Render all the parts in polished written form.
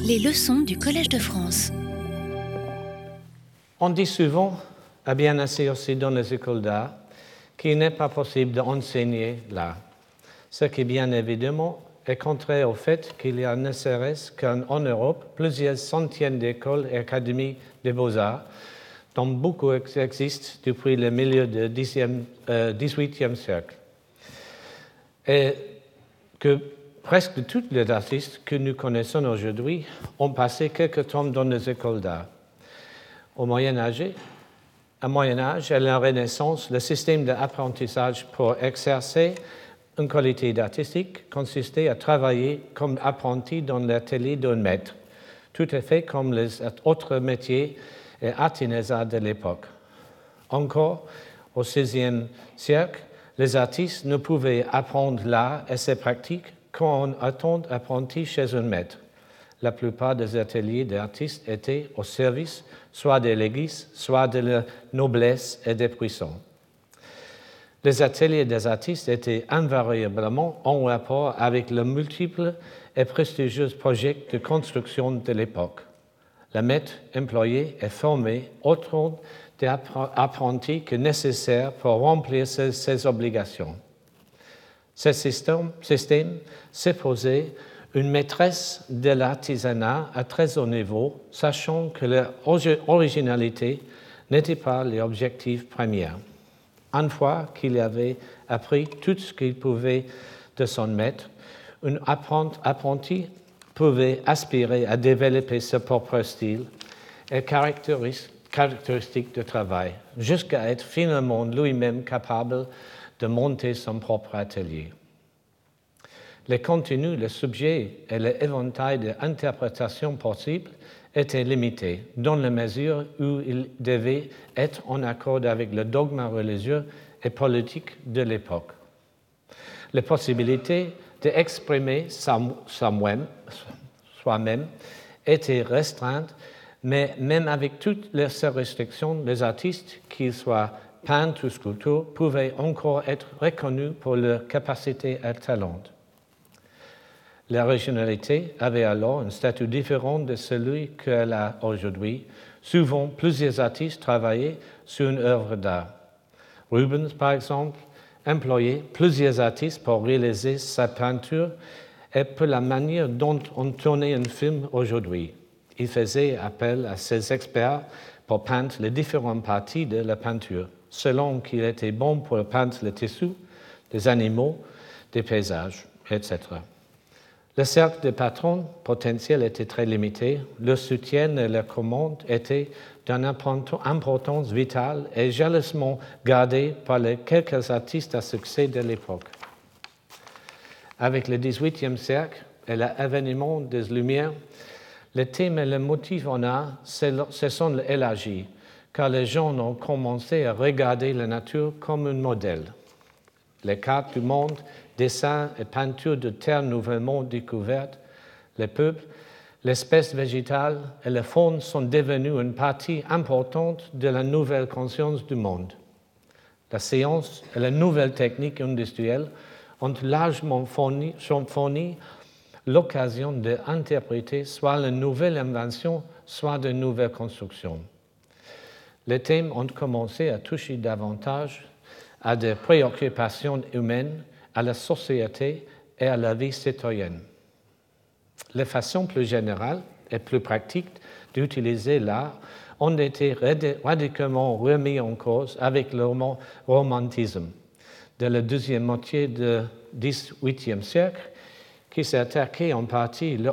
Les leçons du Collège de France. On dit souvent, et bien assez aussi dans les écoles d'art, qu'il n'est pas possible d'enseigner l'art. Ce qui, bien évidemment, est contraire au fait qu'il y a ne serait-ce qu'en Europe plusieurs centaines d'écoles et académies des beaux-arts, dont beaucoup existent depuis le milieu du XVIIIe siècle. Et que presque tous les artistes que nous connaissons aujourd'hui ont passé quelque temps dans les écoles d'art. Au Moyen Âge et à la Renaissance, le système d'apprentissage pour exercer une qualité artistique consistait à travailler comme apprenti dans l'atelier d'un maître, tout à fait comme les autres métiers et artisanats de l'époque. Encore au XVIe siècle, les artistes ne pouvaient apprendre l'art et ses pratiques qu'en étant apprentis chez un maître. La plupart des ateliers d'artistes étaient au service soit des légistes, soit de la noblesse et des puissants. Les ateliers des artistes étaient invariablement en rapport avec les multiples et prestigieux projets de construction de l'époque. Le maître employé est formé autant d'apprentis que nécessaire pour remplir ses obligations. Ce système supposait une maîtresse de l'artisanat à très haut niveau, sachant que l'originalité n'était pas l'objectif premier. Une fois qu'il avait appris tout ce qu'il pouvait de son maître, un apprenti pouvait aspirer à développer son propre style et caractéristiques de travail, jusqu'à être finalement lui-même capable de monter son propre atelier. Les contenus, le sujet et l'éventail d'interprétations possibles étaient limités, dans la mesure où ils devaient être en accord avec le dogme religieux et politique de l'époque. Les possibilités d'exprimer soi-même étaient restreintes, mais même avec toutes ces restrictions, les artistes, qu'ils soient peintres ou sculpteurs, pouvaient encore être reconnus pour leur capacité et talent. L'originalité avait alors un statut différent de celui qu'elle a aujourd'hui. Souvent, plusieurs artistes travaillaient sur une œuvre d'art. Rubens, par exemple, employait plusieurs artistes pour réaliser sa peinture et pour la manière dont on tournait un film aujourd'hui. Il faisait appel à ces experts pour peindre les différentes parties de la peinture, selon qu'il était bon pour peindre les tissus, des animaux, des paysages, etc. Le cercle de patrons potentiels était très limité. Le soutien et la commande étaient d'une importance vitale et jalousement gardée par les quelques artistes à succès de l'époque. Avec le XVIIIe siècle et l'avènement des Lumières, les thèmes et les motifs en art se sont élargis, car les gens ont commencé à regarder la nature comme un modèle. Les cartes du monde, dessins et peintures de terres nouvellement découvertes, les peuples, l'espèce végétale et la faune sont devenus une partie importante de la nouvelle conscience du monde. La science et la nouvelle technique industrielle ont largement fourni l'occasion d'interpréter soit la nouvelle invention, soit de nouvelles constructions. Les thèmes ont commencé à toucher davantage à des préoccupations humaines, à la société et à la vie citoyenne. Les façons plus générales et plus pratiques d'utiliser l'art ont été radicalement remises en cause avec le romantisme de la deuxième moitié du XVIIIe siècle, qui s'est attaqué en partie à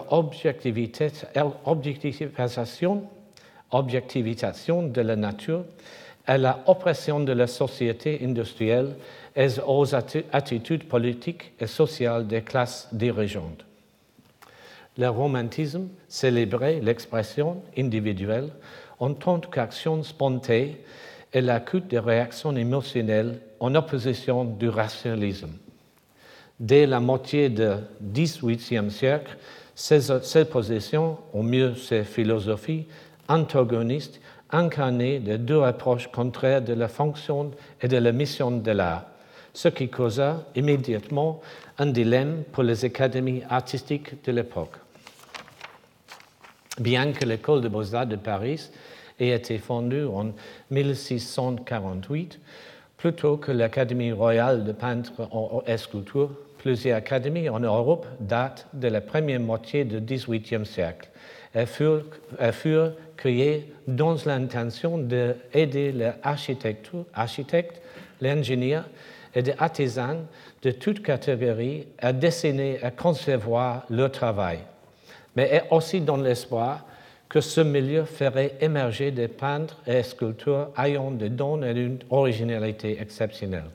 l'objectivisation de la nature, à la oppression de la société industrielle et aux attitudes politiques et sociales des classes dirigeantes. Le romantisme célébrait l'expression individuelle en tant qu'action spontanée et l'écoute des réactions émotionnelles en opposition du rationalisme. Dès la moitié du XVIIIe siècle, ces positions, ou mieux ces philosophies antagonistes, incarnaient les deux approches contraires de la fonction et de la mission de l'art, ce qui causa immédiatement un dilemme pour les académies artistiques de l'époque. bien que l'école de beaux-arts de Paris ait été fondée en 1648, plutôt que l'Académie royale de peintres et sculptures. Plusieurs académies en Europe datent de la première moitié du XVIIIe siècle. Elles furent créées dans l'intention d'aider les architectes, les ingénieurs et des artisans de toutes catégories à dessiner et à concevoir leur travail, mais aussi dans l'espoir que ce milieu ferait émerger des peintres et sculpteurs ayant des dons et une originalité exceptionnelle.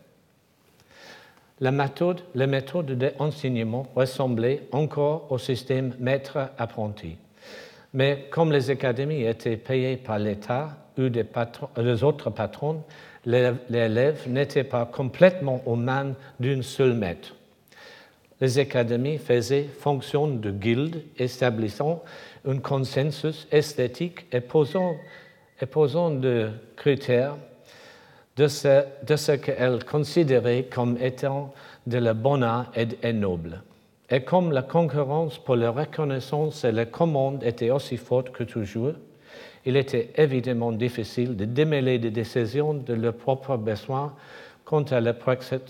Les méthodes d'enseignement ressemblaient encore au système maître-apprenti. Mais comme les académies étaient payées par l'État ou les autres patrons, les élèves n'étaient pas complètement aux mains d'un seul maître. Les académies faisaient fonction de guildes, établissant un consensus esthétique et posant des critères de ce qu'elles considéraient comme étant de la bonne art et noble. Et comme la concurrence pour la reconnaissance et la commande était aussi forte que toujours, il était évidemment difficile de démêler des décisions de leurs propres besoins quant à la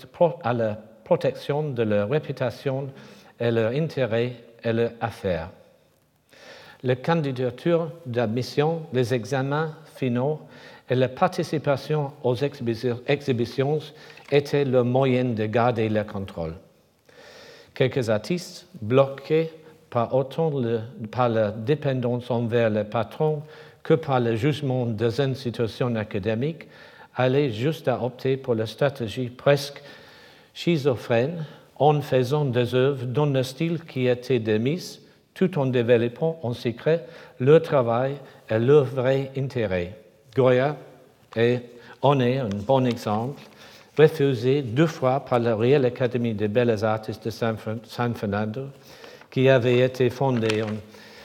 protection de leur réputation et leur intérêt et leurs affaires. Les candidatures d'admission, les examens finaux et la participation aux exhibitions étaient le moyen de garder le contrôle. Quelques artistes, bloqués autant par la dépendance envers les patrons que par le jugement des institutions académiques, allaient jusqu'à opter pour la stratégie presque schizophrène en faisant des œuvres dans le style qui était démis, tout en développant en secret leur travail et leur vrai intérêt. Goya en est un bon exemple, refusé 2 fois par la Real Académie des Belles Arts de San Fernando, qui avait été fondée en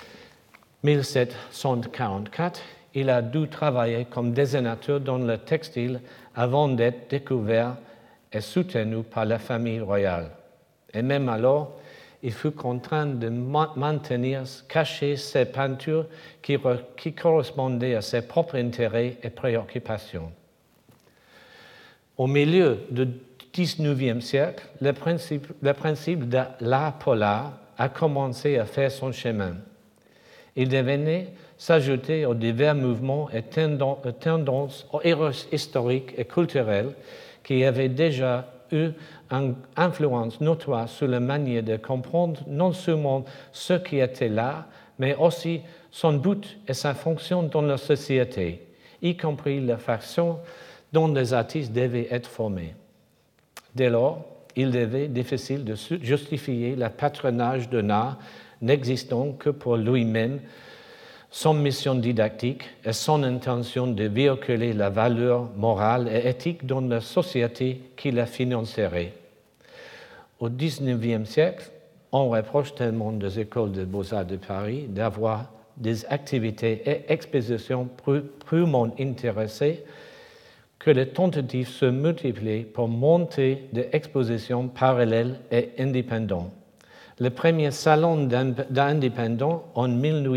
1744. Il a dû travailler comme dessinateur dans le textile avant d'être découvert et soutenu par la famille royale. Et même alors, il fut contraint de maintenir cachées ses peintures qui correspondaient à ses propres intérêts et préoccupations. Au milieu du XIXe siècle, le principe de l'art polar a commencé à faire son chemin. Il devenait s'ajouter aux divers mouvements et tendances historiques et culturelles qui avaient déjà eu une influence notoire sur la manière de comprendre non seulement ce qui était là, mais aussi son but et sa fonction dans la société, y compris la façon dont les artistes devaient être formés. Dès lors, il devait difficile de justifier le patronage d'un art n'existant que pour lui-même, son mission didactique et son intention de véhiculer la valeur morale et éthique dans la société qui la financerait. Au XIXe siècle, on reproche tellement des écoles de beaux-arts de Paris d'avoir des activités et expositions purement intéressées que les tentatives se multiplient pour monter des expositions parallèles et indépendantes. Le premier salon d'indépendants en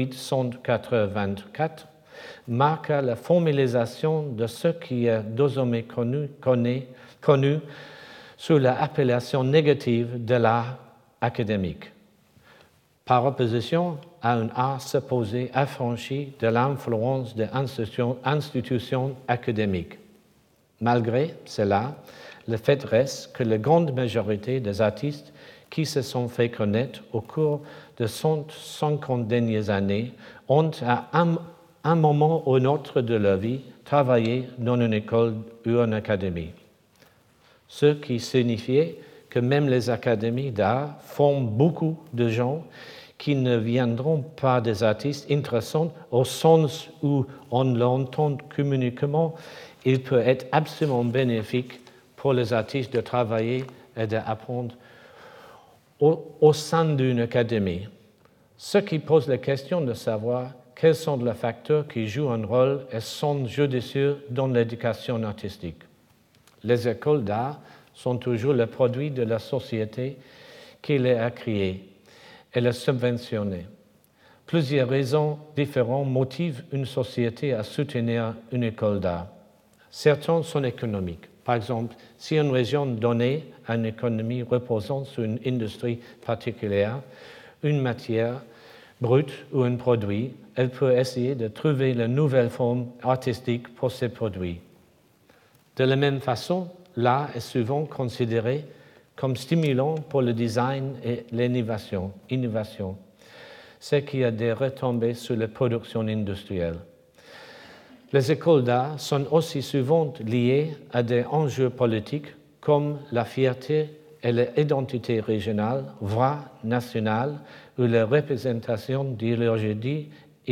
1884 marqua la formalisation de ce qui est désormais connu sous l'appellation négative de l'art académique, par opposition à un art supposé affranchi de l'influence des institutions académiques. Malgré cela, le fait reste que la grande majorité des artistes qui se sont fait connaître au cours de 150 dernières années ont, à un moment ou un autre de leur vie, travaillé dans une école ou une académie. Ce qui signifiait que même les académies d'art forment beaucoup de gens qui ne viendront pas des artistes intéressants au sens où on l'entend communiquement. Il peut être absolument bénéfique pour les artistes de travailler et d'apprendre au sein d'une académie, ce qui pose la question de savoir quels sont les facteurs qui jouent un rôle et sont judicieux dans l'éducation artistique. Les écoles d'art sont toujours le produit de la société qui les a créées et les subventionnées. Plusieurs raisons différentes motivent une société à soutenir une école d'art. Certaines sont économiques. Par exemple, si une région donnée a une économie reposant sur une industrie particulière, une matière brute ou un produit, elle peut essayer de trouver la nouvelle forme artistique pour ces produits. De la même façon, l'art est souvent considéré comme stimulant pour le design et l'innovation, ce qui a des retombées sur la production industrielle. Les écoles d'art sont aussi souvent liées à des enjeux politiques comme la fierté et l'identité régionale, voire nationale, ou la représentation d'idéologie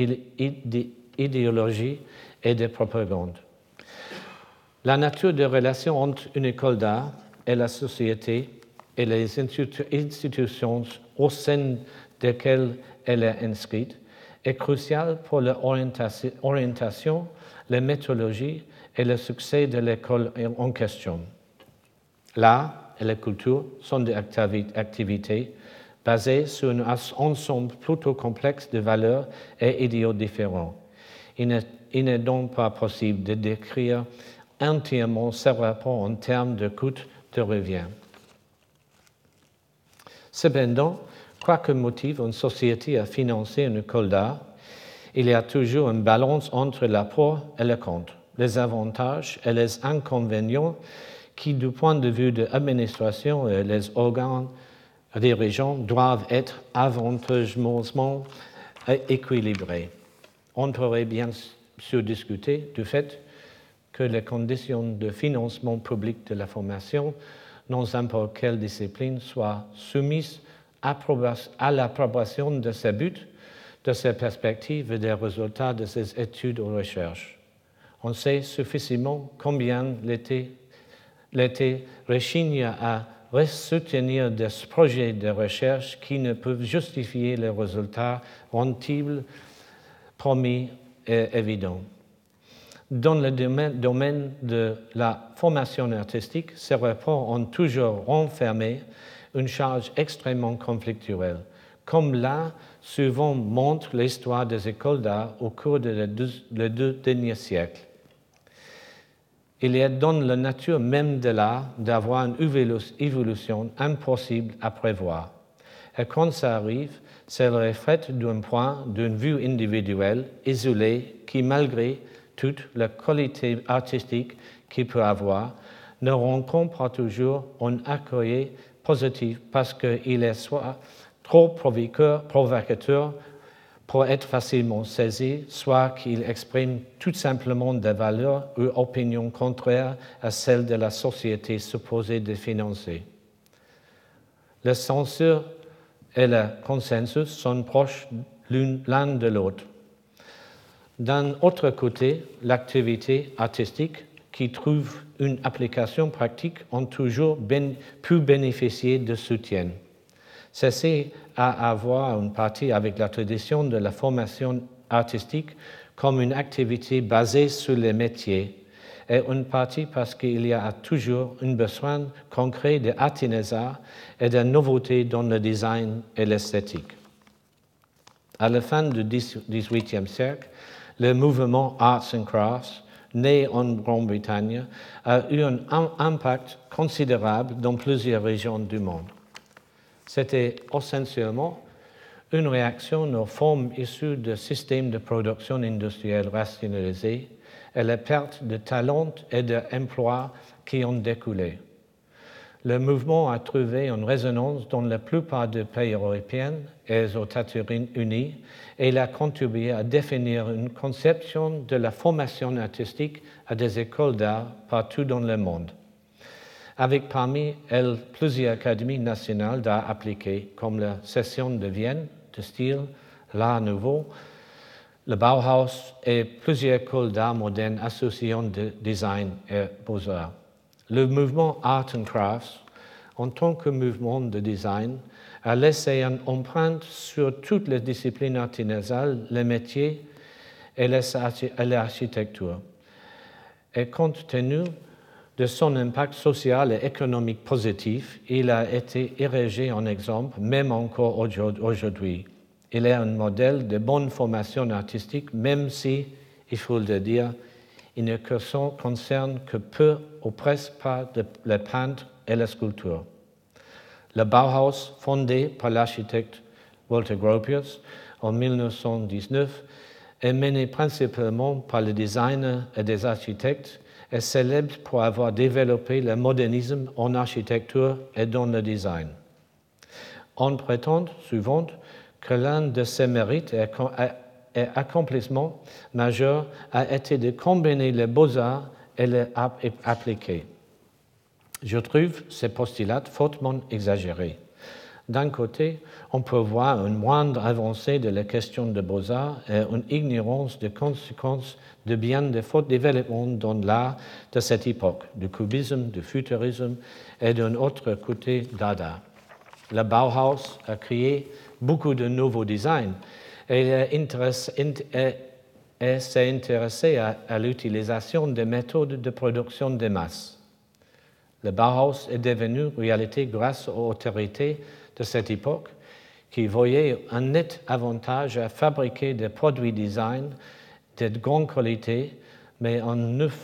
et de propagande. La nature des relations entre une école d'art et la société et les institutions au sein desquelles elle est inscrite est cruciale pour l'orientation, la méthodologie et le succès de l'école en question. L'art et la culture sont des activités basées sur un ensemble plutôt complexe de valeurs et idéaux différents. Il n'est donc pas possible de décrire entièrement ce rapport en termes de coût de revient. Cependant, quoi que motive une société à financer une école d'art, il y a toujours une balance entre l'apport et le contre, les avantages et les inconvénients qui, du point de vue de l'administration et les organes dirigeants, doivent être avantageusement équilibrés. On pourrait bien sûr discuter du fait que les conditions de financement public de la formation dans n'importe quelle discipline soient soumises à l'approbation de ses buts, de ses perspectives et des résultats de ses études ou recherches. On sait suffisamment combien l'État rechigne à soutenir des projets de recherche qui ne peuvent justifier les résultats rentables promis et évidents. Dans le domaine de la formation artistique, ces rapports ont toujours renfermé une charge extrêmement conflictuelle, comme l'a souvent montre l'histoire des écoles d'art au cours des deux derniers siècles. Il est dans la nature même de l'art d'avoir une évolution impossible à prévoir. Et quand ça arrive, c'est le reflet d'un point de vue individuel, isolé, qui, malgré toute la qualité artistique qu'il peut avoir, ne rencontre pas toujours un accueil positif parce qu'il est soit trop provocateur pour être facilement saisi, soit qu'il exprime tout simplement des valeurs ou opinions contraires à celles de la société supposée de financer. La censure et le consensus sont proches l'un de l'autre. D'un autre côté, l'activité artistique qui trouve une application pratique ont toujours pu bénéficier de soutien. Ceci a à voir en partie avec la tradition de la formation artistique comme une activité basée sur les métiers et une partie parce qu'il y a toujours un besoin concret d'artisanat et de nouveautés dans le design et l'esthétique. À la fin du XVIIIe siècle, le mouvement Arts and Crafts, né en Grande-Bretagne, a eu un impact considérable dans plusieurs régions du monde. C'était essentiellement une réaction aux formes issues de systèmes de production industrielle rationalisés et la perte de talents et d'emplois qui en découlaient. Le mouvement a trouvé une résonance dans la plupart des pays européens et aux États-Unis et il a contribué à définir une conception de la formation artistique à des écoles d'art partout dans le monde, avec parmi elles plusieurs académies nationales d'art appliqué, comme la Session de Vienne de style, l'Art Nouveau, le Bauhaus et plusieurs écoles d'art modernes associant de design et beaux-arts. Le mouvement Art and Crafts, en tant que mouvement de design, a laissé une empreinte sur toutes les disciplines artisanales, les métiers et l'architecture. Et compte tenu de son impact social et économique positif, il a été érigé en exemple, même encore aujourd'hui. Il est un modèle de bonne formation artistique, même si, il faut le dire, il ne concerne que peu ou presque pas les peintres et la sculpture. Le Bauhaus, fondé par l'architecte Walter Gropius en 1919, est mené principalement par les designers et des architectes, est célèbre pour avoir développé le modernisme en architecture et dans le design. On prétend souvent que l'un de ses mérites et accomplissements majeurs a été de combiner les beaux-arts et les appliquer. Je trouve ces postulats fortement exagérés. D'un côté, on peut voir une moindre avancée de la question des beaux-arts et une ignorance des conséquences de bien des forts développements dans l'art de cette époque, du cubisme, du futurisme et d'un autre côté Dada. Le Bauhaus a créé beaucoup de nouveaux designs et s'est intéressé à l'utilisation des méthodes de production de masse. Le Bauhaus est devenu réalité grâce aux autorités de cette époque qui voyaient un net avantage à fabriquer des produits design de grande qualité, mais en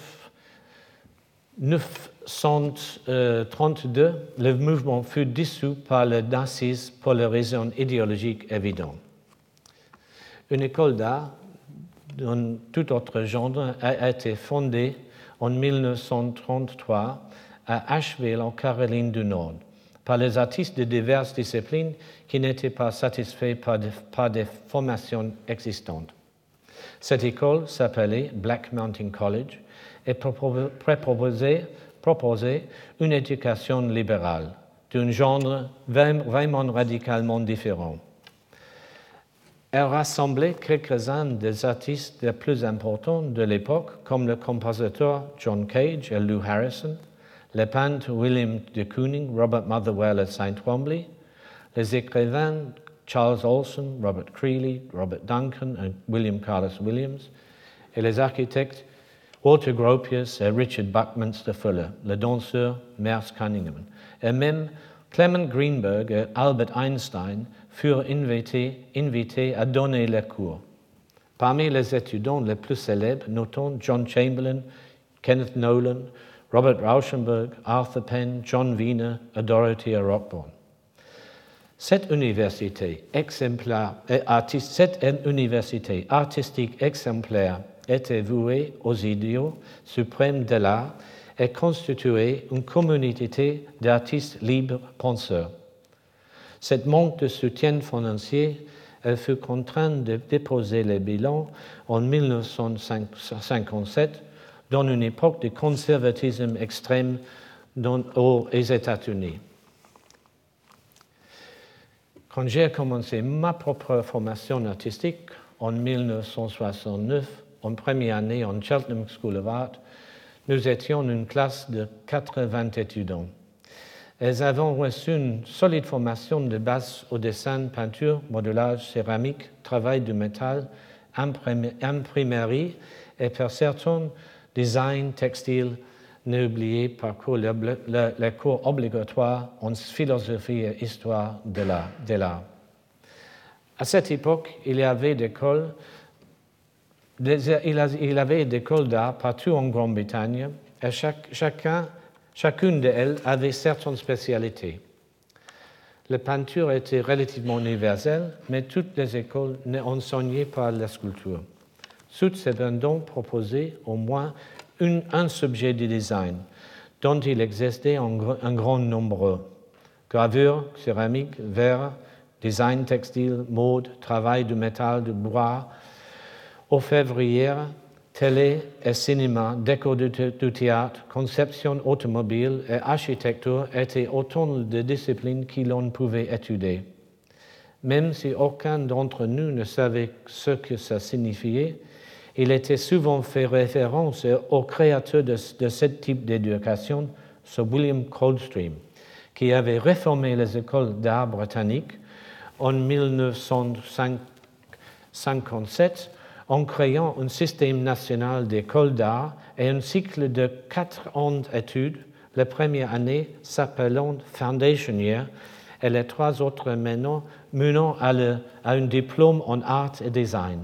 1932, le mouvement fut dissous par les nazis pour des raisons idéologiques évidentes. Une école d'art, dans tout autre genre, a été fondée en 1933 à Asheville, en Caroline du Nord, par les artistes de diverses disciplines qui n'étaient pas satisfaits par des formations existantes. Cette école s'appelait Black Mountain College et proposait une éducation libérale, d'un genre vraiment radicalement différent. Elle rassemblait quelques-uns des artistes les plus importants de l'époque, comme le compositeur John Cage et Lou Harrison, les peintres William de Kooning, Robert Motherwell et Saint Twombly, les écrivains Charles Olson, Robert Creeley, Robert Duncan et William Carlos Williams, et les architectes Walter Gropius et Richard Buckminster Fuller, le danseur Merce Cunningham, et même Clement Greenberg et Albert Einstein furent invités à donner les cours. Parmi les étudiants les plus célèbres, notons John Chamberlain, Kenneth Nolan, Robert Rauschenberg, Arthur Penn, John Wiener et Dorothea Rockborn. Cette université artistique exemplaire était vouée aux idéaux suprêmes de l'art et constituait une communauté d'artistes libres penseurs. Cette manque de soutien financier, elle fut contrainte de déposer les bilans en 1957 dans une époque de conservatisme extrême aux États-Unis. Quand j'ai commencé ma propre formation artistique en 1969, en première année en Cheltenham School of Art, nous étions une classe de 80 étudiants. Elles avaient reçu une solide formation de base au dessin, peinture, modelage, céramique, travail du métal, imprimerie et pour certains, design, textile. N'oubliez pas les cours obligatoires en philosophie et histoire de l'art. À cette époque, il y avait des écoles d'art partout en Grande-Bretagne et chacune d'elles avait certaines spécialités. La peinture était relativement universelle, mais toutes les écoles n'enseignaient pas la sculpture. Toutes cependant proposaient au moins un sujet de design, dont il existait un grand nombre. Gravure, céramique, verre, design textile, mode, travail du métal, du bois, orfèvrière, télé et cinéma, déco du théâtre, conception automobile et architecture étaient autant de disciplines que l'on pouvait étudier. Même si aucun d'entre nous ne savait ce que ça signifiait, il était souvent fait référence au créateur de ce type d'éducation, Sir William Coldstream, qui avait réformé les écoles d'art britanniques en 1957 en créant un système national d'écoles d'art et un cycle de 4 ans d'études, la première année s'appelant Foundation Year et les 3 autres menant à un diplôme en art et design.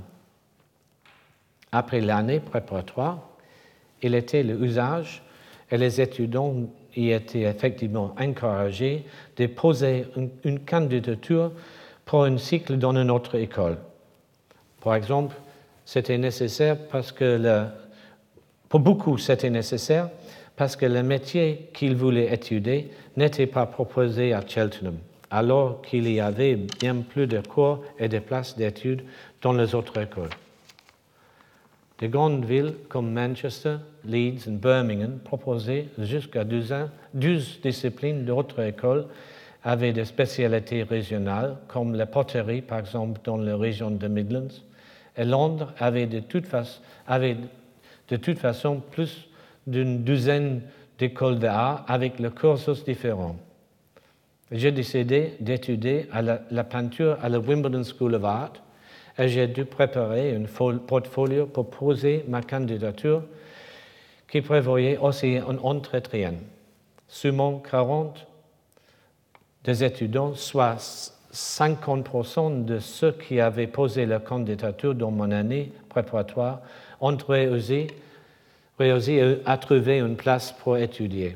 Après l'année préparatoire, il était l'usage, et les étudiants y étaient effectivement encouragés de déposer une candidature pour un cycle dans une autre école. Par exemple, c'était nécessaire pour beaucoup, c'était nécessaire parce que le métier qu'ils voulaient étudier n'était pas proposé à Cheltenham, alors qu'il y avait bien plus de cours et de places d'études dans les autres écoles. De grandes villes comme Manchester, Leeds et Birmingham proposaient jusqu'à 12 disciplines d'autres écoles avec des spécialités régionales, comme la poterie, par exemple, dans la région des Midlands. Et Londres avait de toute façon plus d'une douzaine d'écoles d'art avec le cursus différent. J'ai décidé d'étudier la peinture à la Wimbledon School of Art et j'ai dû préparer un portfolio pour poser ma candidature qui prévoyait aussi un entretien. Seulement 40 des étudiants, soit 50% de ceux qui avaient posé leur candidature dans mon année préparatoire, ont réussi à trouver une place pour étudier.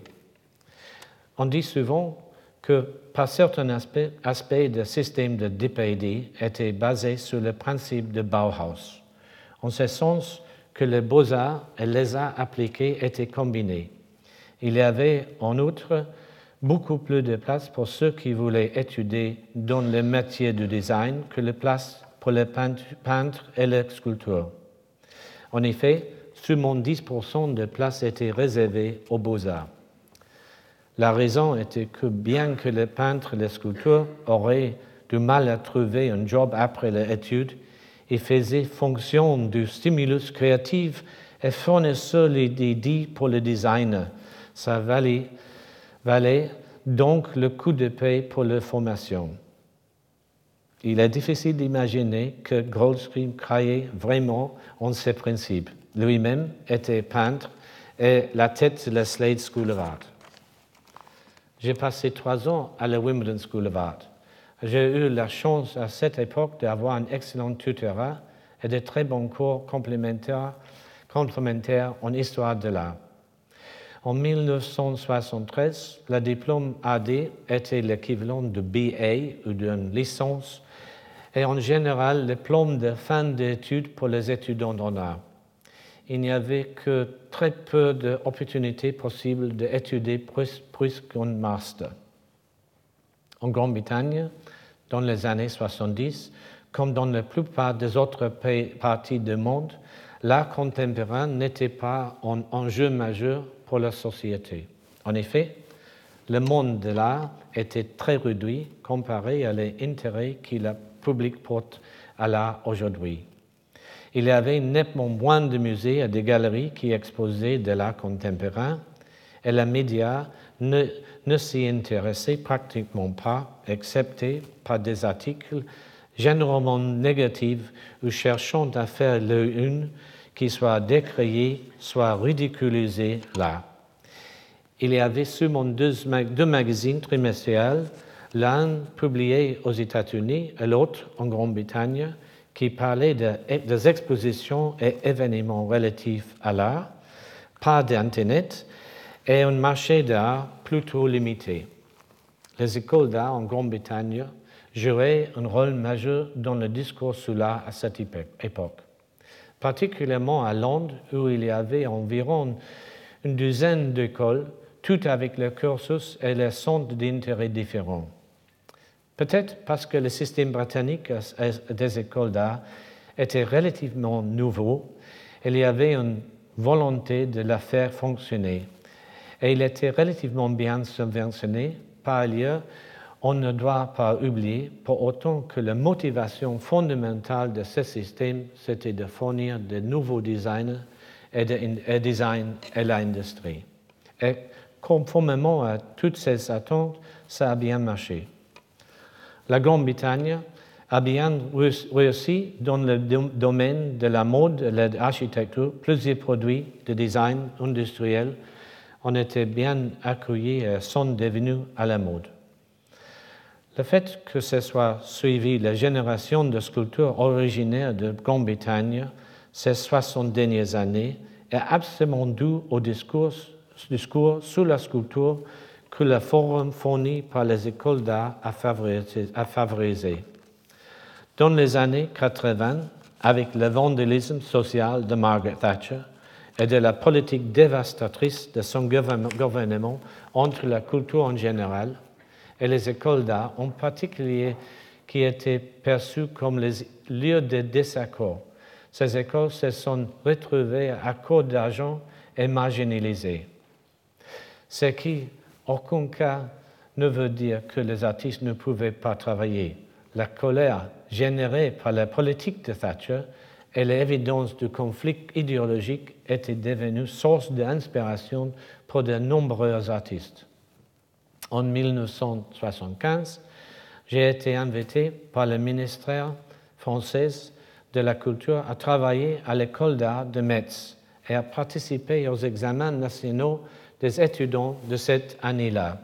On dit souvent que par certains aspects, le système de DPD était basé sur le principe de Bauhaus, en ce sens que les beaux-arts et les arts appliqués étaient combinés. Il y avait en outre beaucoup plus de place pour ceux qui voulaient étudier dans le métier du design que de place pour les peintres et les sculpteurs. En effet, seulement 10% de places étaient réservées aux beaux-arts. La raison était que bien que les peintres et les sculpteurs auraient du mal à trouver un job après l'étude, ils faisaient fonction du stimulus créatif et fournissaient les idées pour le designer. Ça valait donc le coup de paye pour leur formation. Il est difficile d'imaginer que Goldsmith croyait vraiment en ces principes. Lui-même était peintre et la tête de la Slade School of Art. J'ai passé 3 ans à la Wimbledon School of Art. J'ai eu la chance à cette époque d'avoir un excellent tutorat et de très bons cours complémentaires en histoire de l'art. En 1973, le diplôme AD était l'équivalent de BA ou d'une licence et en général le diplôme de fin d'études pour les étudiants en art. Il n'y avait que très peu d'opportunités possibles d'étudier plus qu'un master. En Grande-Bretagne, dans les années 70, comme dans la plupart des autres parties du monde, l'art contemporain n'était pas un enjeu majeur pour la société. En effet, le monde de l'art était très réduit comparé à l'intérêt que le public porte à l'art aujourd'hui. Il y avait nettement moins de musées et de galeries qui exposaient de l'art contemporain et les médias ne s'y intéressaient pratiquement pas, excepté par des articles généralement négatifs ou cherchant à faire le une qui soit décrié, soit ridiculisé l'art. Il y avait seulement deux magazines trimestriels, l'un publié aux États-Unis et l'autre en Grande-Bretagne, qui parlaient des expositions et événements relatifs à l'art, pas d'Internet, et un marché d'art plutôt limité. Les écoles d'art en Grande-Bretagne jouaient un rôle majeur dans le discours sur l'art à cette époque, particulièrement à Londres où il y avait environ une douzaine d'écoles, toutes avec leurs cursus et leurs centres d'intérêt différents. Peut-être parce que le système britannique des écoles d'art était relativement nouveau, il y avait une volonté de la faire fonctionner. Et il était relativement bien subventionné. Par ailleurs, on ne doit pas oublier pour autant que la motivation fondamentale de ce système, c'était de fournir de nouveaux designers et à l'industrie. Et conformément à toutes ces attentes, ça a bien marché. La Grande-Bretagne a bien réussi dans le domaine de la mode et de l'architecture. Plusieurs produits de design industriel ont été bien accueillis et sont devenus à la mode. Le fait que ce soit suivi la génération de sculpteurs originaires de Grande-Bretagne ces 60 dernières années est absolument dû au discours sur la sculpture que le forum fourni par les écoles d'art a favorisé. Dans les années 80, avec le vandalisme social de Margaret Thatcher et de la politique dévastatrice de son gouvernement entre la culture en général et les écoles d'art en particulier qui étaient perçues comme les lieux de désaccord, ces écoles se sont retrouvées à court d'argent et marginalisées. Ce qui, en aucun cas, ne veut dire que les artistes ne pouvaient pas travailler. La colère générée par la politique de Thatcher et l'évidence du conflit idéologique étaient devenues source d'inspiration pour de nombreux artistes. En 1975, j'ai été invité par le ministère français de la Culture à travailler à l'école d'art de Metz et à participer aux examens nationaux des étudiants de cette année-là.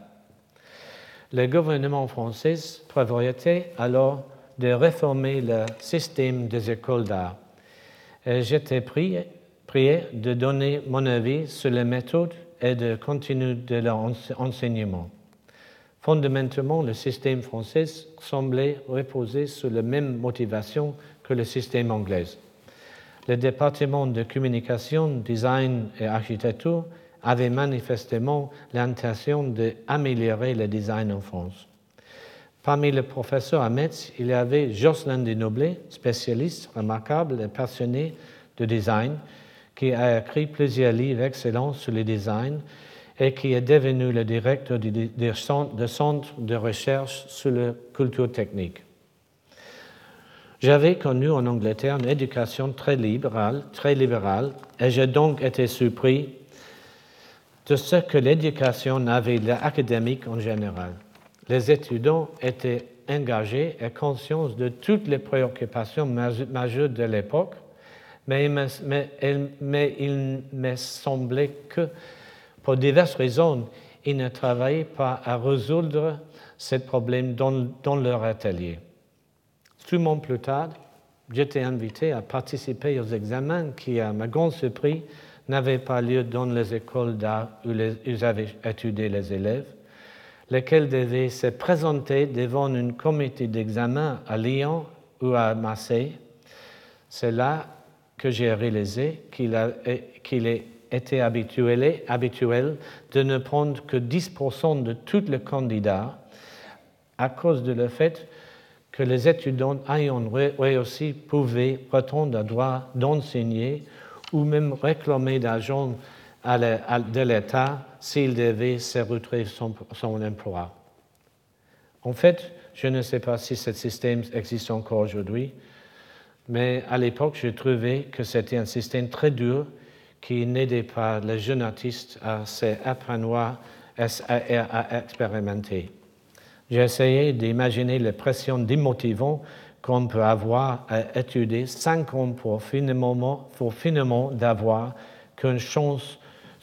Le gouvernement français prévoyait alors de réformer le système des écoles d'art. J'étais prié de donner mon avis sur les méthodes et le contenu de leur enseignement. Fondamentalement, le système français semblait reposer sur la même motivation que le système anglais. Le département de communication, design et architecture avait manifestement l'intention d'améliorer le design en France. Parmi les professeurs à Metz, il y avait Jocelyn Desnoblés, spécialiste remarquable et passionné de design, qui a écrit plusieurs livres excellents sur le design et qui est devenu le directeur du centre de recherche sur la culture technique. J'avais connu en Angleterre une éducation très libérale, et j'ai donc été surpris de ce que l'éducation avait l'académique en général. Les étudiants étaient engagés et conscients de toutes les préoccupations majeures de l'époque, mais il me semblait que, pour diverses raisons, ils ne travaillaient pas à résoudre ce problème dans leur atelier. 2 mois plus tard, j'étais invité à participer aux examens qui, à ma grande surprise, n'avaient pas lieu dans les écoles d'art où ils avaient étudié les élèves, lesquels devaient se présenter devant un comité d'examen à Lyon ou à Marseille. C'est là que j'ai réalisé qu'il était habituel de ne prendre que 10% de tous les candidats à cause de le fait que les étudiants ayant réussi pouvaient prétendre à droit d'enseigner ou même réclamer d'argent de l'État s'il devait se retrouver son emploi. En fait, je ne sais pas si ce système existe encore aujourd'hui, mais à l'époque, je trouvais que c'était un système très dur qui n'aidait pas les jeunes artistes à s'épanouir et à expérimenter. J'ai essayé d'imaginer les pressions démotivantes qu'on peut avoir à étudier 5 ans pour finalement d'avoir qu'une chance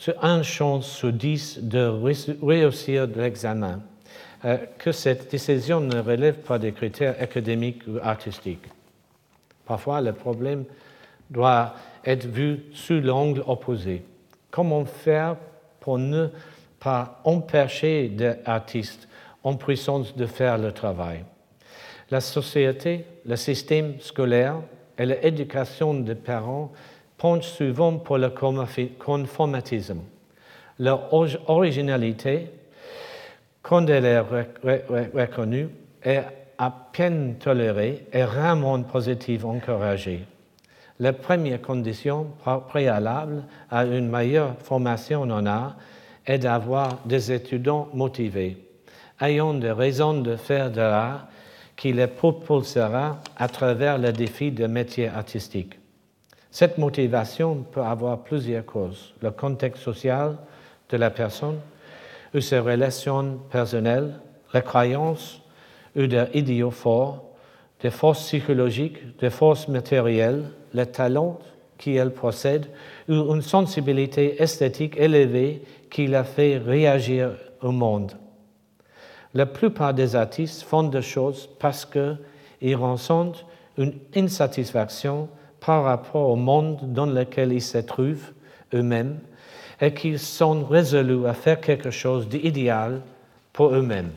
sur 10 de réussir l'examen, que cette décision ne relève pas des critères académiques ou artistiques. Parfois, le problème doit être vu sous l'angle opposé. Comment faire pour ne pas empêcher des artistes en puissance de faire le travail? La société, le système scolaire et l'éducation des parents penchent souvent pour le conformisme. Leur originalité, quand elle est reconnue, est à peine tolérée et rarement positive encouragée. La première condition préalable à une meilleure formation en art est d'avoir des étudiants motivés, ayant des raisons de faire de l'art qui les propulsera à travers le défi de métier artistique. Cette motivation peut avoir plusieurs causes: le contexte social de la personne, ou ses relations personnelles, les croyances ou des idéaux forts, des forces psychologiques, des forces matérielles, les talents qu'elle possède, ou une sensibilité esthétique élevée qui la fait réagir au monde. La plupart des artistes font des choses parce qu'ils ressentent une insatisfaction par rapport au monde dans lequel ils se trouvent eux-mêmes et qu'ils sont résolus à faire quelque chose d'idéal pour eux-mêmes.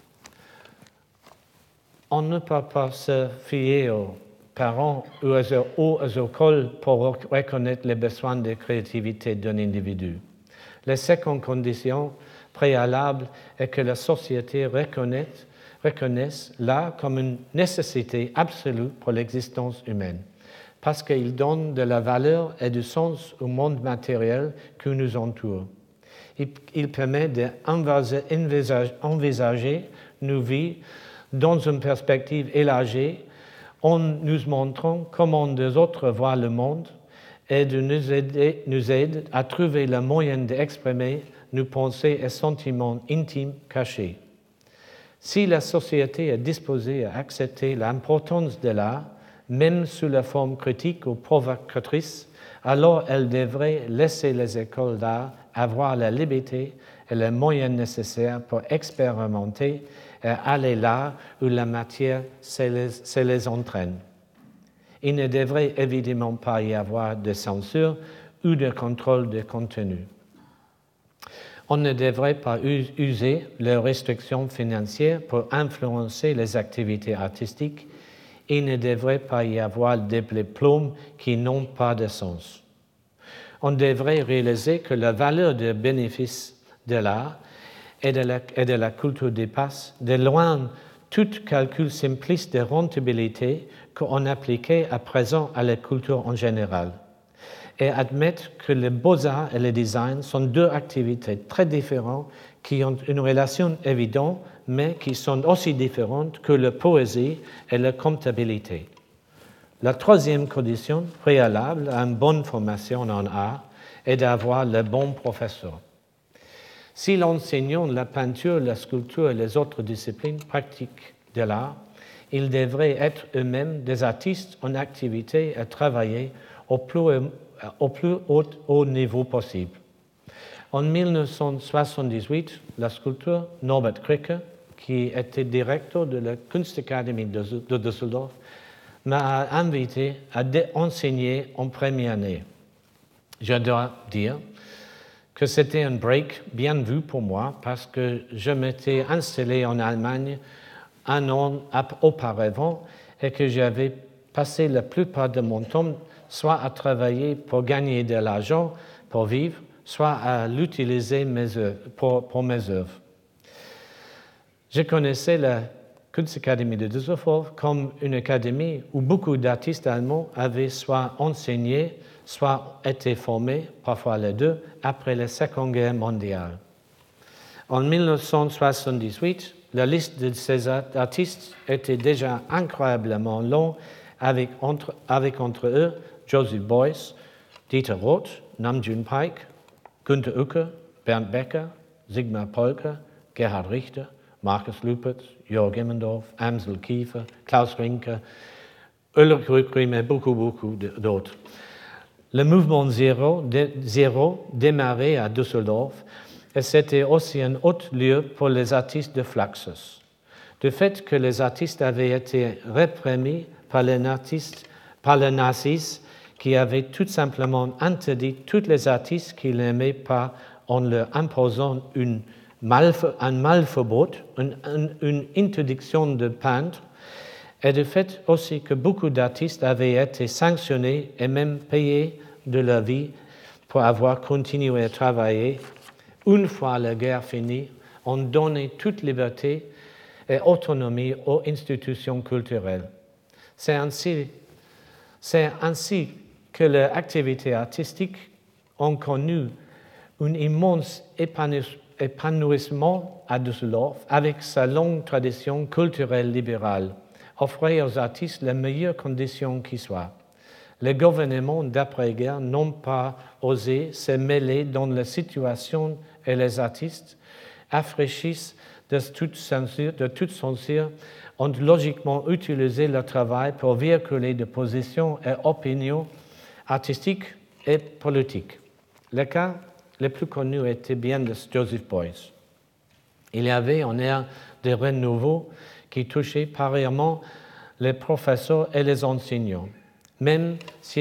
On ne peut pas se fier aux parents ou aux écoles pour reconnaître les besoins de créativité d'un individu. La seconde condition préalable est que la société reconnaisse l'art comme une nécessité absolue pour l'existence humaine, parce qu'il donne de la valeur et du sens au monde matériel qui nous entoure. Il permet d'envisager nos vies dans une perspective élargie, en nous montrant comment les autres voient le monde et de nous aide à trouver le moyen d'exprimer nos pensées et sentiments intimes cachés. Si la société est disposée à accepter l'importance de l'art, même sous la forme critique ou provocatrice, alors elle devrait laisser les écoles d'art avoir la liberté et les moyens nécessaires pour expérimenter et aller là où la matière se les entraîne. Il ne devrait évidemment pas y avoir de censure ou de contrôle de contenu. On ne devrait pas user les restrictions financières pour influencer les activités artistiques. Il ne devrait pas y avoir des diplômes qui n'ont pas de sens. On devrait réaliser que la valeur de bénéfice de l'art et de la culture dépasse de loin tout calcul simpliste de rentabilité qu'on appliquait à présent à la culture en général, et admettre que les beaux-arts et le design sont deux activités très différentes qui ont une relation évidente, mais qui sont aussi différentes que la poésie et la comptabilité. La troisième condition préalable à une bonne formation en art est d'avoir le bon professeur. Si l'enseignant la peinture, la sculpture et les autres disciplines pratiques de l'art, ils devraient être eux-mêmes des artistes en activité et travailler au plus haut niveau possible. En 1978, la sculpteur Norbert Kricke, qui était directeur de la Kunstakademie de Düsseldorf, m'a invité à enseigner en première année. Je dois dire que c'était un break bien vu pour moi parce que je m'étais installé en Allemagne un an auparavant et que j'avais passé la plupart de mon temps soit à travailler pour gagner de l'argent pour vivre, soit à l'utiliser pour mes œuvres. Je connaissais la Kunstakademie de Düsseldorf comme une académie où beaucoup d'artistes allemands avaient soit enseigné, soit été formés, parfois les deux, après la Seconde Guerre mondiale. En 1978, la liste de ces artistes était déjà incroyablement longue, avec entre eux Joseph Beuys, Dieter Roth, Nam June Paik, Günter Ucker, Bernd Becker, Sigmar Polke, Gerhard Richter, Markus Lüpertz, Jörg Immendorf, Amsel Kiefer, Klaus Rinke, Ulrich Rückgrim et beaucoup d'autres. Le mouvement zéro démarrait à Düsseldorf et c'était aussi un haut lieu pour les artistes de Fluxus. Du fait que les artistes avaient été réprimés par les nazis qui avaient tout simplement interdit tous les artistes qui n'aimaient pas en leur imposant un malverbot, une interdiction de peindre, et du fait aussi que beaucoup d'artistes avaient été sanctionnés et même payés de leur vie pour avoir continué à travailler. Une fois la guerre finie, on donnait toute liberté et autonomie aux institutions culturelles. C'est ainsi que les activités artistiques ont connu un immense épanouissement à Düsseldorf avec sa longue tradition culturelle libérale, offrait aux artistes les meilleures conditions qui soient. Les gouvernements d'après-guerre n'ont pas osé se mêler dans la situation et les artistes affranchissent de toute censure ont logiquement utilisé leur travail pour véhiculer des positions et opinions artistiques et politiques. Le cas le plus connu était bien de Joseph Beuys. Il avait un air de renouveau qui touchait pareillement les professeurs et les enseignants, même si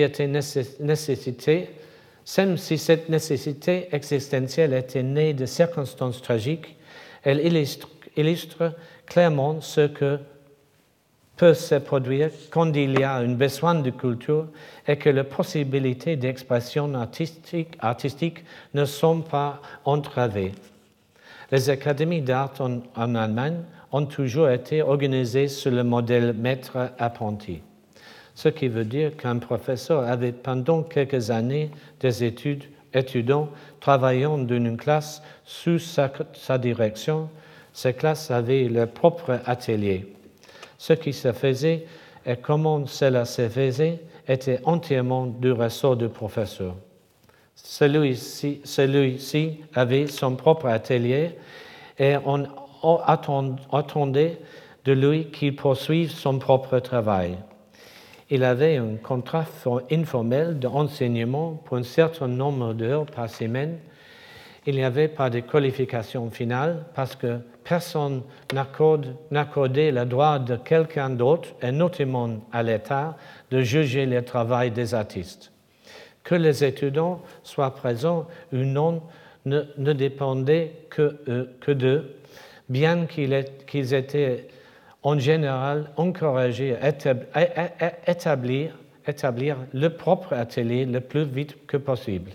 cette nécessité existentielle était née de circonstances tragiques. Elle illustre clairement ce que peut se produire quand il y a un besoin de culture et que les possibilités d'expression artistique ne sont pas entravées. Les académies d'art en Allemagne ont toujours été organisées sur le modèle maître-apprenti, ce qui veut dire qu'un professeur avait pendant quelques années des étudiants travaillant dans une classe sous sa direction. Ces classes avaient leur propre atelier. Ce qui se faisait et comment cela se faisait était entièrement du ressort du professeur. Celui-ci avait son propre atelier et on attendait de lui qu'il poursuive son propre travail. Il avait un contrat informel d'enseignement pour un certain nombre d'heures par semaine. Il n'y avait pas de qualification finale parce que personne n'accordait le droit de quelqu'un d'autre, et notamment à l'État, de juger le travail des artistes. Que les étudiants soient présents ou non ne dépendait que d'eux, bien qu'ils étaient en général encouragés à établir le propre atelier le plus vite que possible.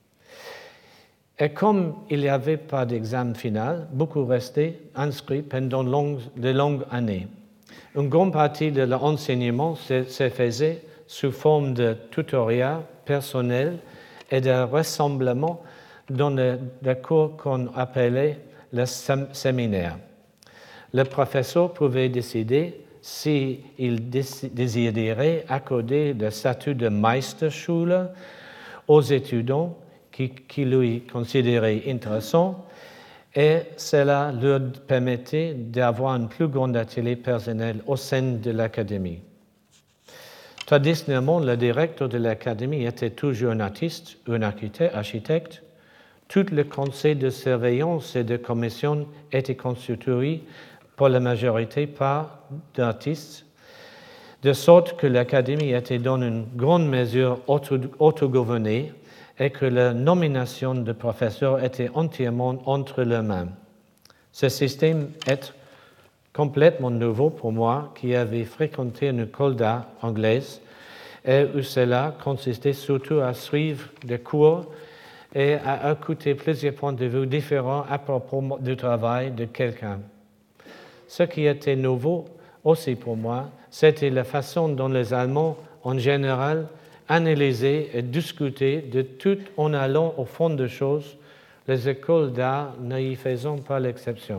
Et comme il n'y avait pas d'examen final, beaucoup restaient inscrits pendant de longues années. Une grande partie de l'enseignement se faisait sous forme de tutorat personnel et de rassemblement dans des cours qu'on appelait le séminaire. Le professeur pouvait décider s'il désirait accorder le statut de Meisterschüler aux étudiants qui lui considéraient intéressants, et cela leur permettait d'avoir un plus grand atelier personnel au sein de l'académie. Traditionnellement, le directeur de l'académie était toujours un artiste ou un architecte. Tout le conseil de surveillance et de commission était constitué pour la majorité par d'artistes, de sorte que l'académie était dans une grande mesure autogouvernée et que la nomination de professeurs était entièrement entre leurs mains. Ce système est complètement nouveau pour moi, qui avais fréquenté une école d'art anglaise et où cela consistait surtout à suivre des cours et à écouter plusieurs points de vue différents à propos du travail de quelqu'un. Ce qui était nouveau aussi pour moi, c'était la façon dont les Allemands, en général, analysaient et discutaient de tout en allant au fond des choses, les écoles d'art ne y faisant pas l'exception.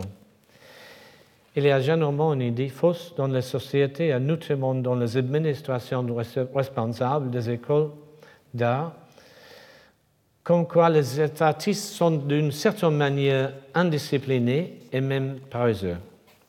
Il y a généralement une idée fausse dans les sociétés et notamment dans les administrations responsables des écoles d'art, comme quoi les artistes sont d'une certaine manière indisciplinés et même paresseux.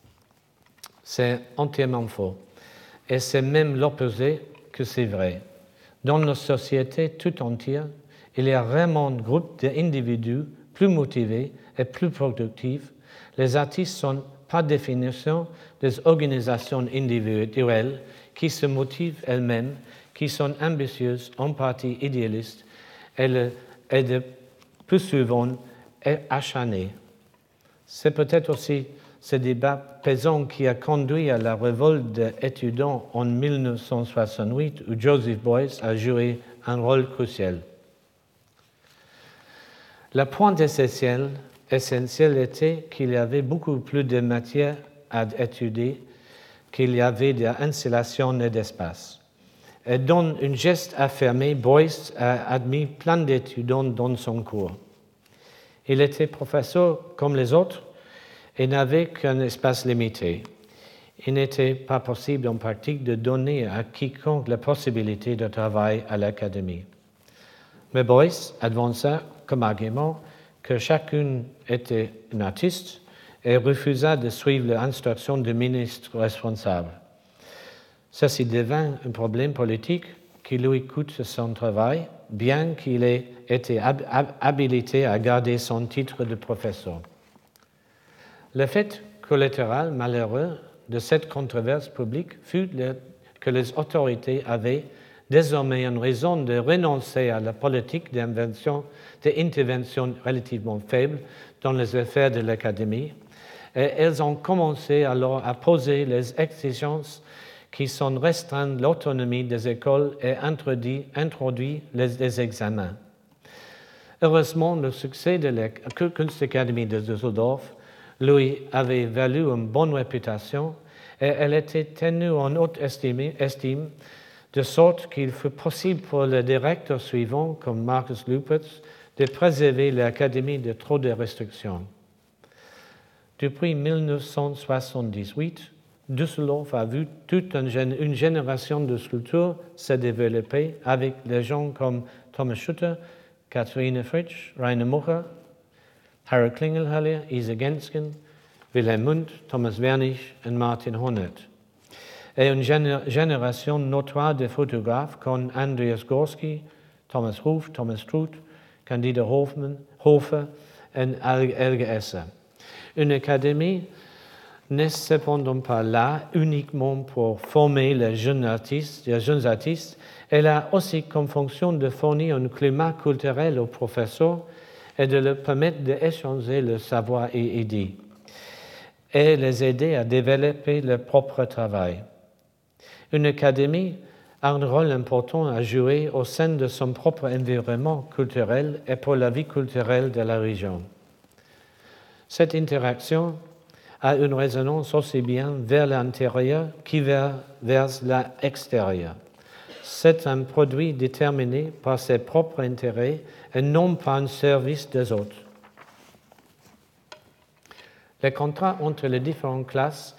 C'est entièrement faux. Et c'est même l'opposé que c'est vrai. Dans nos sociétés tout entières, il y a vraiment un groupe d'individus plus motivés et plus productifs. Les artistes sont, par définition, des organisations individuelles qui se motivent elles-mêmes, qui sont ambitieuses, en partie idéalistes, et de plus souvent acharnées. C'est peut-être aussi ce débat pesant qui a conduit à la révolte des étudiants en 1968, où Joseph Beuys a joué un rôle crucial. Le point essentiel était qu'il y avait beaucoup plus de matière à étudier qu'il y avait d'installation et d'espace. Et dans un geste affirmé, Beuys a admis plein d'étudiants dans son cours. Il était professeur comme les autres et n'avait qu'un espace limité. Il n'était pas possible en pratique de donner à quiconque la possibilité de travail à l'académie. Mais Beuys avança comme argument que chacun était un artiste et refusa de suivre l'instruction du ministre responsable. Ceci devint un problème politique qui lui coûte son travail, bien qu'il ait été habilité à garder son titre de professeur. Le fait collatéral malheureux de cette controverse publique fut que les autorités avaient désormais une raison de renoncer à la politique d'intervention relativement faible dans les affaires de l'Académie, et elles ont commencé alors à poser les exigences qui sont restreindre l'autonomie des écoles et introduit les examens. Heureusement, le succès de la Kunstakademie de Düsseldorf lui avait valu une bonne réputation et elle était tenue en haute estime, de sorte qu'il fut possible pour le directeur suivant, comme Markus Lüpertz, de préserver l'Académie de trop de restrictions. Depuis 1978, Düsseldorf a vu toute une génération de sculpteurs se développer avec des gens comme Thomas Schutter, Katharina Fritsch, Rainer Mucher, Harald Klingelhaller, Isa Gensken, Wilhelm Mundt, Thomas Wernich et Martin Hornet. Et une génération notoire de photographes comme Andreas Gorski, Thomas Ruf, Thomas Struth, Candida Hofer et Helge Esser. Une académie n'est cependant pas là uniquement pour former les jeunes artistes. Elle a aussi comme fonction de fournir un climat culturel aux professeurs et de leur permettre d'échanger le savoir et idées, et les aider à développer leur propre travail. Une académie a un rôle important à jouer au sein de son propre environnement culturel et pour la vie culturelle de la région. Cette interaction a une résonance aussi bien vers l'intérieur que vers l'extérieur. C'est un produit déterminé par ses propres intérêts et non par un service des autres. Le contact entre les différentes classes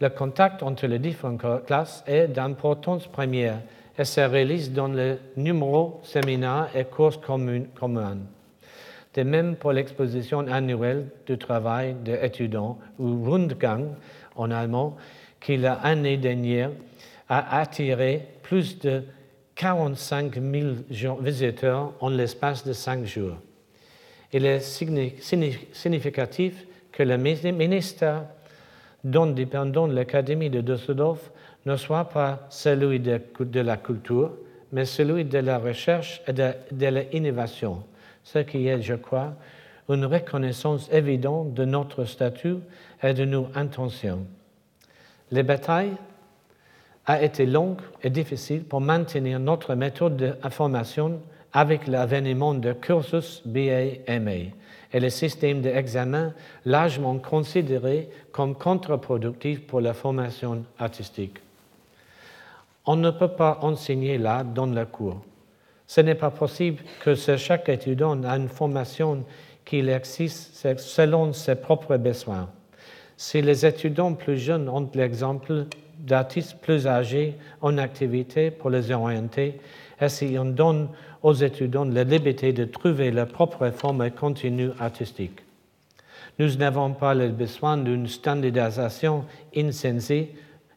est d'importance première et se réalise dans le numéro séminaire et cours communs. De même pour l'exposition annuelle du travail des étudiants, ou Rundgang en allemand, qui l'année dernière a attiré plus de 45 000 visiteurs en l'espace de 5 jours. Il est significatif que le ministère dépendant de l'Académie de Düsseldorf ne soit pas celui de la culture, mais celui de la recherche et de l'innovation, ce qui est, je crois, une reconnaissance évidente de notre statut et de nos intentions. Les batailles a été longue et difficile pour maintenir notre méthode de formation avec l'avènement de cursus BA-MA et le système d'examen largement considéré comme contre-productif pour la formation artistique. On ne peut pas enseigner l'art dans le cours. Ce n'est pas possible que chaque étudiant ait une formation qu'il existe selon ses propres besoins. Si les étudiants plus jeunes ont l'exemple d'artistes plus âgés en activité pour les orienter, et si on donne aux étudiants la liberté de trouver leur propre forme continue artistique. Nous n'avons pas le besoin d'une standardisation insensée,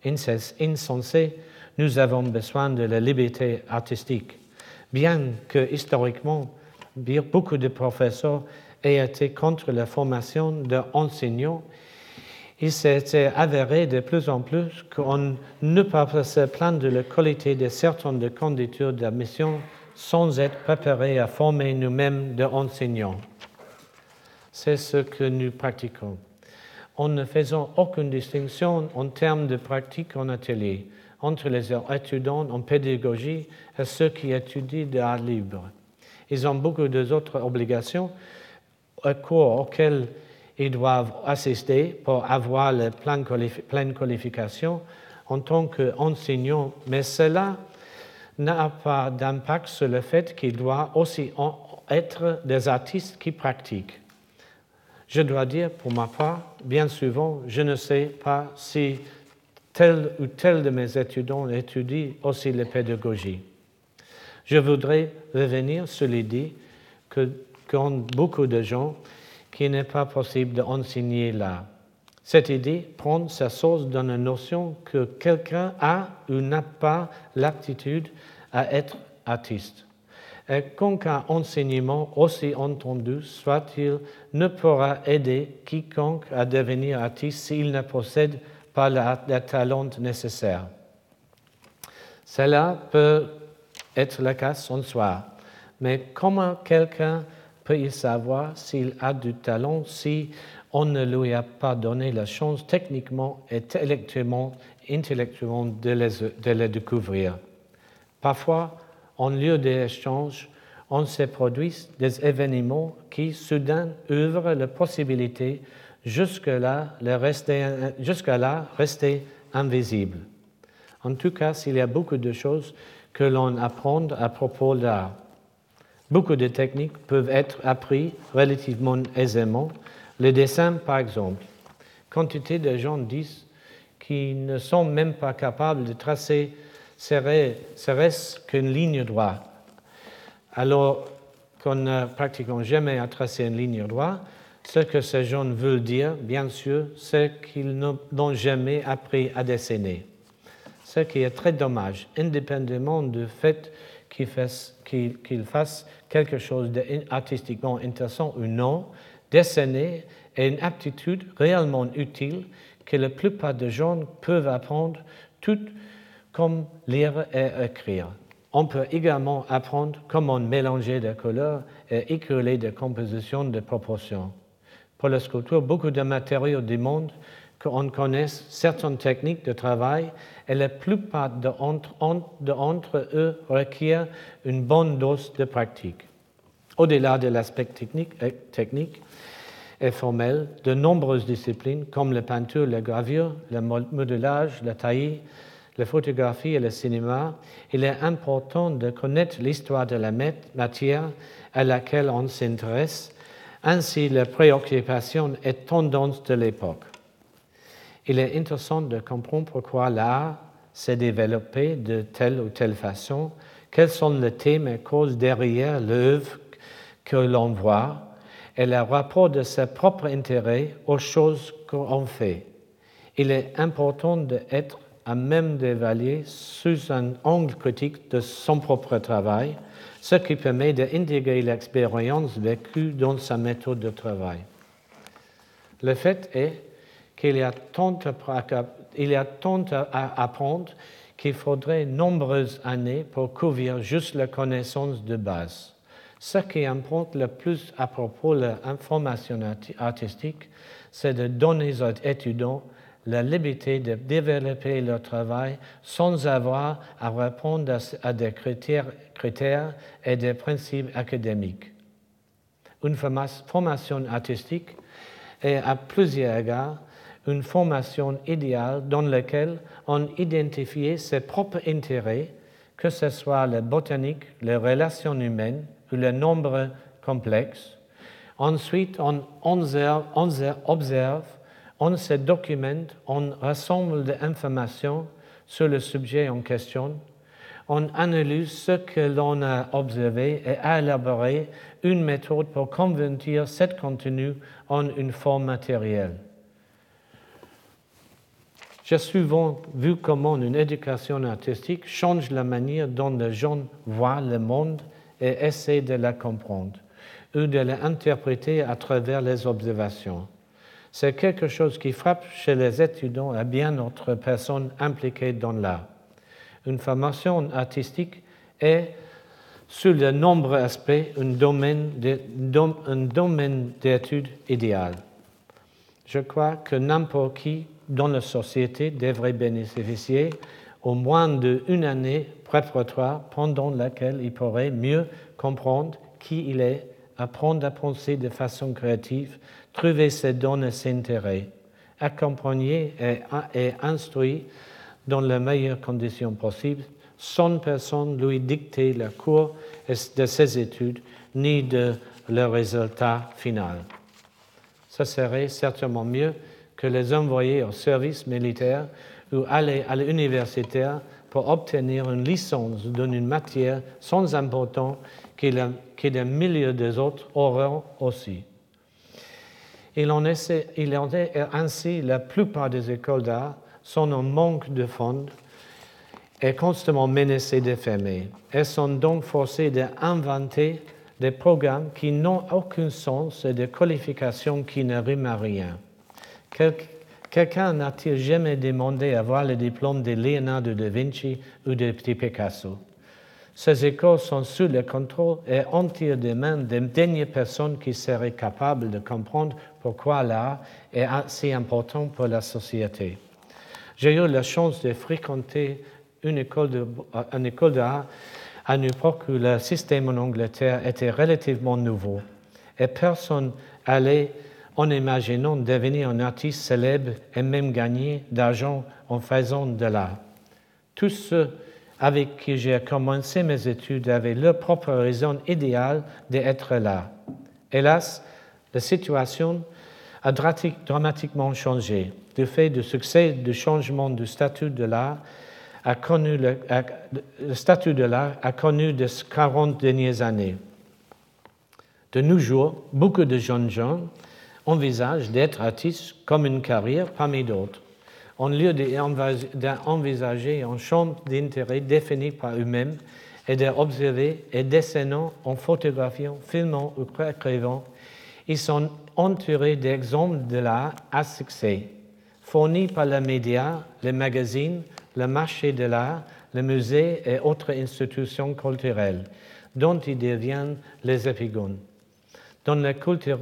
nous avons besoin de la liberté artistique. Bien que historiquement, beaucoup de professeurs aient été contre la formation d'enseignants, il s'est avéré de plus en plus qu'on ne peut pas se plaindre de la qualité de certaines candidatures d'admission sans être préparés à former nous-mêmes des enseignants. C'est ce que nous pratiquons, en ne faisant aucune distinction en termes de pratique en atelier entre les étudiants en pédagogie et ceux qui étudient de l'art libre. Ils ont beaucoup d'autres obligations au cours auxquelles ils doivent assister pour avoir la pleine qualification en tant qu'enseignants, mais cela n'a pas d'impact sur le fait qu'ils doivent aussi être des artistes qui pratiquent. Je dois dire, pour ma part, bien souvent, je ne sais pas si tel ou tel de mes étudiants étudie aussi la pédagogie. Je voudrais revenir sur l'idée qu'ont beaucoup de gens qu'il n'est pas possible d'enseigner l'art. Cette idée prend sa source dans la notion que quelqu'un a ou n'a pas l'aptitude à être artiste. et qu'aucun enseignement, aussi entendu soit-il, ne pourra aider quiconque à devenir artiste s'il ne possède pas le talent nécessaire. Cela peut être le cas en soi, mais comment quelqu'un peut-il savoir s'il a du talent si on ne lui a pas donné la chance techniquement et intellectuellement de le découvrir? Parfois, en lieu d'échange, on se produit des événements qui soudain ouvrent la possibilité jusque-là rester invisible. En tout cas, il y a beaucoup de choses que l'on apprend à propos de l'art. Beaucoup de techniques peuvent être apprises relativement aisément. Le dessin, par exemple. Quantité de gens disent qu'ils ne sont même pas capables de tracer serait-ce qu'une ligne droite. Alors qu'on n'a pratiquement jamais à tracer une ligne droite, ce que ces gens veulent dire, bien sûr, c'est qu'ils n'ont jamais appris à dessiner. Ce qui est très dommage, indépendamment du fait qu'ils fassent quelque chose d'artistiquement intéressant ou non, dessiner est une aptitude réellement utile que la plupart des gens peuvent apprendre, tout comme lire et écrire. On peut également apprendre comment mélanger des couleurs et écrire des compositions de proportions. Pour la sculpture, beaucoup de matériaux du monde qu'on connaisse certaines techniques de travail et la plupart d'entre eux requièrent une bonne dose de pratique. Au-delà de l'aspect technique et formel, de nombreuses disciplines comme la peinture, la gravure, le modelage, la taille, la photographie et le cinéma, il est important de connaître l'histoire de la matière à laquelle on s'intéresse, ainsi les préoccupations et tendances de l'époque. Il est intéressant de comprendre pourquoi l'art s'est développé de telle ou telle façon, quels sont les thèmes et causes derrière l'œuvre que l'on voit, et le rapport de ses propres intérêts aux choses qu'on fait. Il est important d'être à même d'évaluer sous un angle critique de son propre travail, ce qui permet d'intégrer l'expérience vécue dans sa méthode de travail. Le fait est qu'il y a tant à apprendre qu'il faudrait nombreuses années pour couvrir juste la connaissance de base. Ce qui importe le plus à propos de l'information artistique, c'est de donner aux étudiants la liberté de développer leur travail sans avoir à répondre à des critères et des principes académiques. Une formation artistique est à plusieurs égards une formation idéale dans laquelle on identifie ses propres intérêts, que ce soit la botanique, les relations humaines ou le nombre complexe. Ensuite, on observe, on se documente, on rassemble des informations sur le sujet en question, on analyse ce que l'on a observé et a élaboré une méthode pour convertir ce contenu en une forme matérielle. J'ai souvent vu comment une éducation artistique change la manière dont les gens voient le monde et essaient de la comprendre ou de l'interpréter à travers les observations. C'est quelque chose qui frappe chez les étudiants et bien d'autres personnes impliquées dans l'art. Une formation artistique est, sous de nombreux aspects, un domaine d'étude idéal. Je crois que n'importe qui dans la société devrait bénéficier au moins d'une année préparatoire pendant laquelle il pourrait mieux comprendre qui il est, apprendre à penser de façon créative, trouver ses dons et ses intérêts, accompagner et instruire dans les meilleures conditions possibles, sans personne lui dicter le cours de ses études ni de leur résultat final. Ce serait certainement mieux que les envoyer au service militaire ou aller à l'université pour obtenir une licence dans une matière sans importance que des milliers des autres auront aussi. Il en est ainsi, la plupart des écoles d'art sont en manque de fonds est constamment menacée de fermer. Elles sont donc forcées d'inventer des programmes qui n'ont aucun sens et des qualifications qui ne riment à rien. Quelqu'un n'a-t-il jamais demandé à voir le diplôme de Leonardo da Vinci ou de Picasso? Ces écoles sont sous le contrôle et entier des mains des dernières personnes qui seraient capables de comprendre pourquoi l'art est si important pour la société. J'ai eu la chance de fréquenter une école d'art à une époque où le système en Angleterre était relativement nouveau et personne allait en imaginant devenir un artiste célèbre et même gagner d'argent en faisant de l'art. Tous ceux avec qui j'ai commencé mes études avaient leur propre raison idéale d'être là. Hélas, la situation a dramatiquement changé. Du fait du succès du changement du statut de l'art, le statut de l'art a connu les 40 dernières années. De nos jours, beaucoup de jeunes gens envisagent d'être artistes comme une carrière parmi d'autres, en lieu d'envisager un champ d'intérêt défini par eux-mêmes et d'observer et dessinant, en photographiant, filmant ou écrivant. Ils sont entourés d'exemples de l'art à succès, fournis par les médias, les magazines, le marché de l'art, les musées et autres institutions culturelles, dont ils deviennent les épigones. Dans la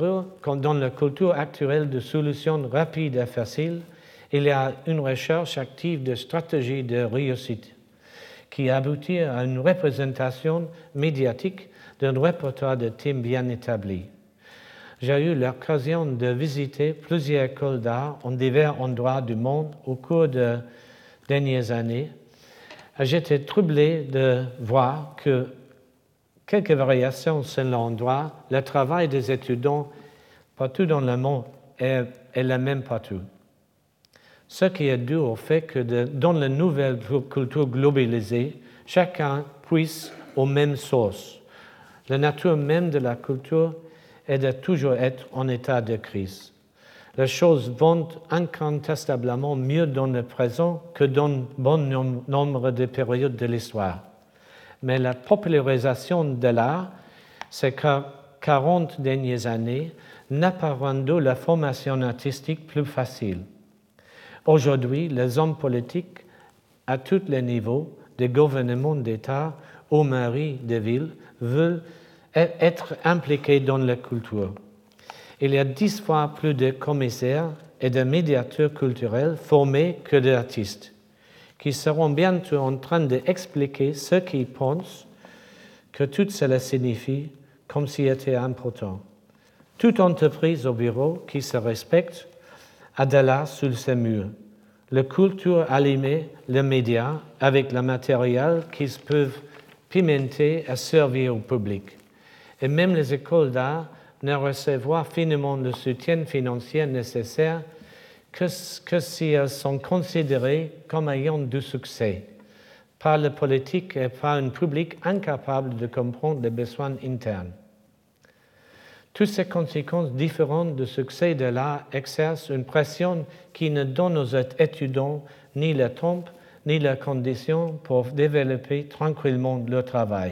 culture actuelle de solutions rapides et faciles, il y a une recherche active de stratégies de réussite qui aboutit à une représentation médiatique d'un répertoire de thèmes bien établi. J'ai eu l'occasion de visiter plusieurs écoles d'art en divers endroits du monde au cours des dernières années. J'étais troublé de voir que quelques variations selon l'endroit, le travail des étudiants partout dans le monde est le même partout. Ce qui est dû au fait que dans la nouvelle culture globalisée, chacun puise aux mêmes sources. La nature même de la culture est de toujours être en état de crise. Les choses vont incontestablement mieux dans le présent que dans bon nombre de périodes de l'histoire. Mais la popularisation de l'art, ces 40 dernières années, n'a pas rendu la formation artistique plus facile. Aujourd'hui, les hommes politiques, à tous les niveaux, des gouvernements d'État aux mairies de villes, veulent être impliqués dans la culture. Il y a 10 fois plus de commissaires et de médiateurs culturels formés que d'artistes, qui seront bientôt en train d'expliquer ce qu'ils pensent que tout cela signifie, comme si c'était important. Toute entreprise au bureau qui se respecte a de l'art sous ses murs. La culture alimente les médias avec le matériel qu'ils peuvent pimenter et servir au public. Et même les écoles d'art ne recevront finalement le soutien financier nécessaire que si elles sont considérées comme ayant du succès par le politique et par un public incapable de comprendre les besoins internes. Toutes ces conséquences différentes du succès de l'art exercent une pression qui ne donne aux étudiants ni le temps ni les conditions pour développer tranquillement leur travail.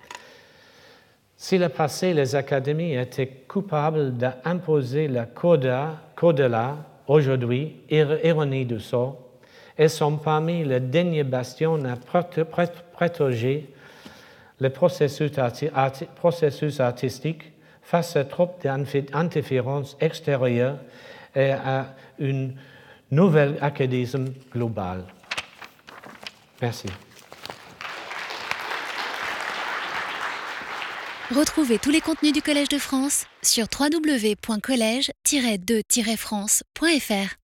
Si le passé, les académies étaient coupables d'imposer le code de l'art, aujourd'hui, ironie du sort, elles sont parmi les derniers bastions à protéger le processus artistique face à trop d'interférences extérieures et à une nouvelle académisme global. Merci. Retrouvez tous les contenus du Collège de France sur www.collège-2-france.fr.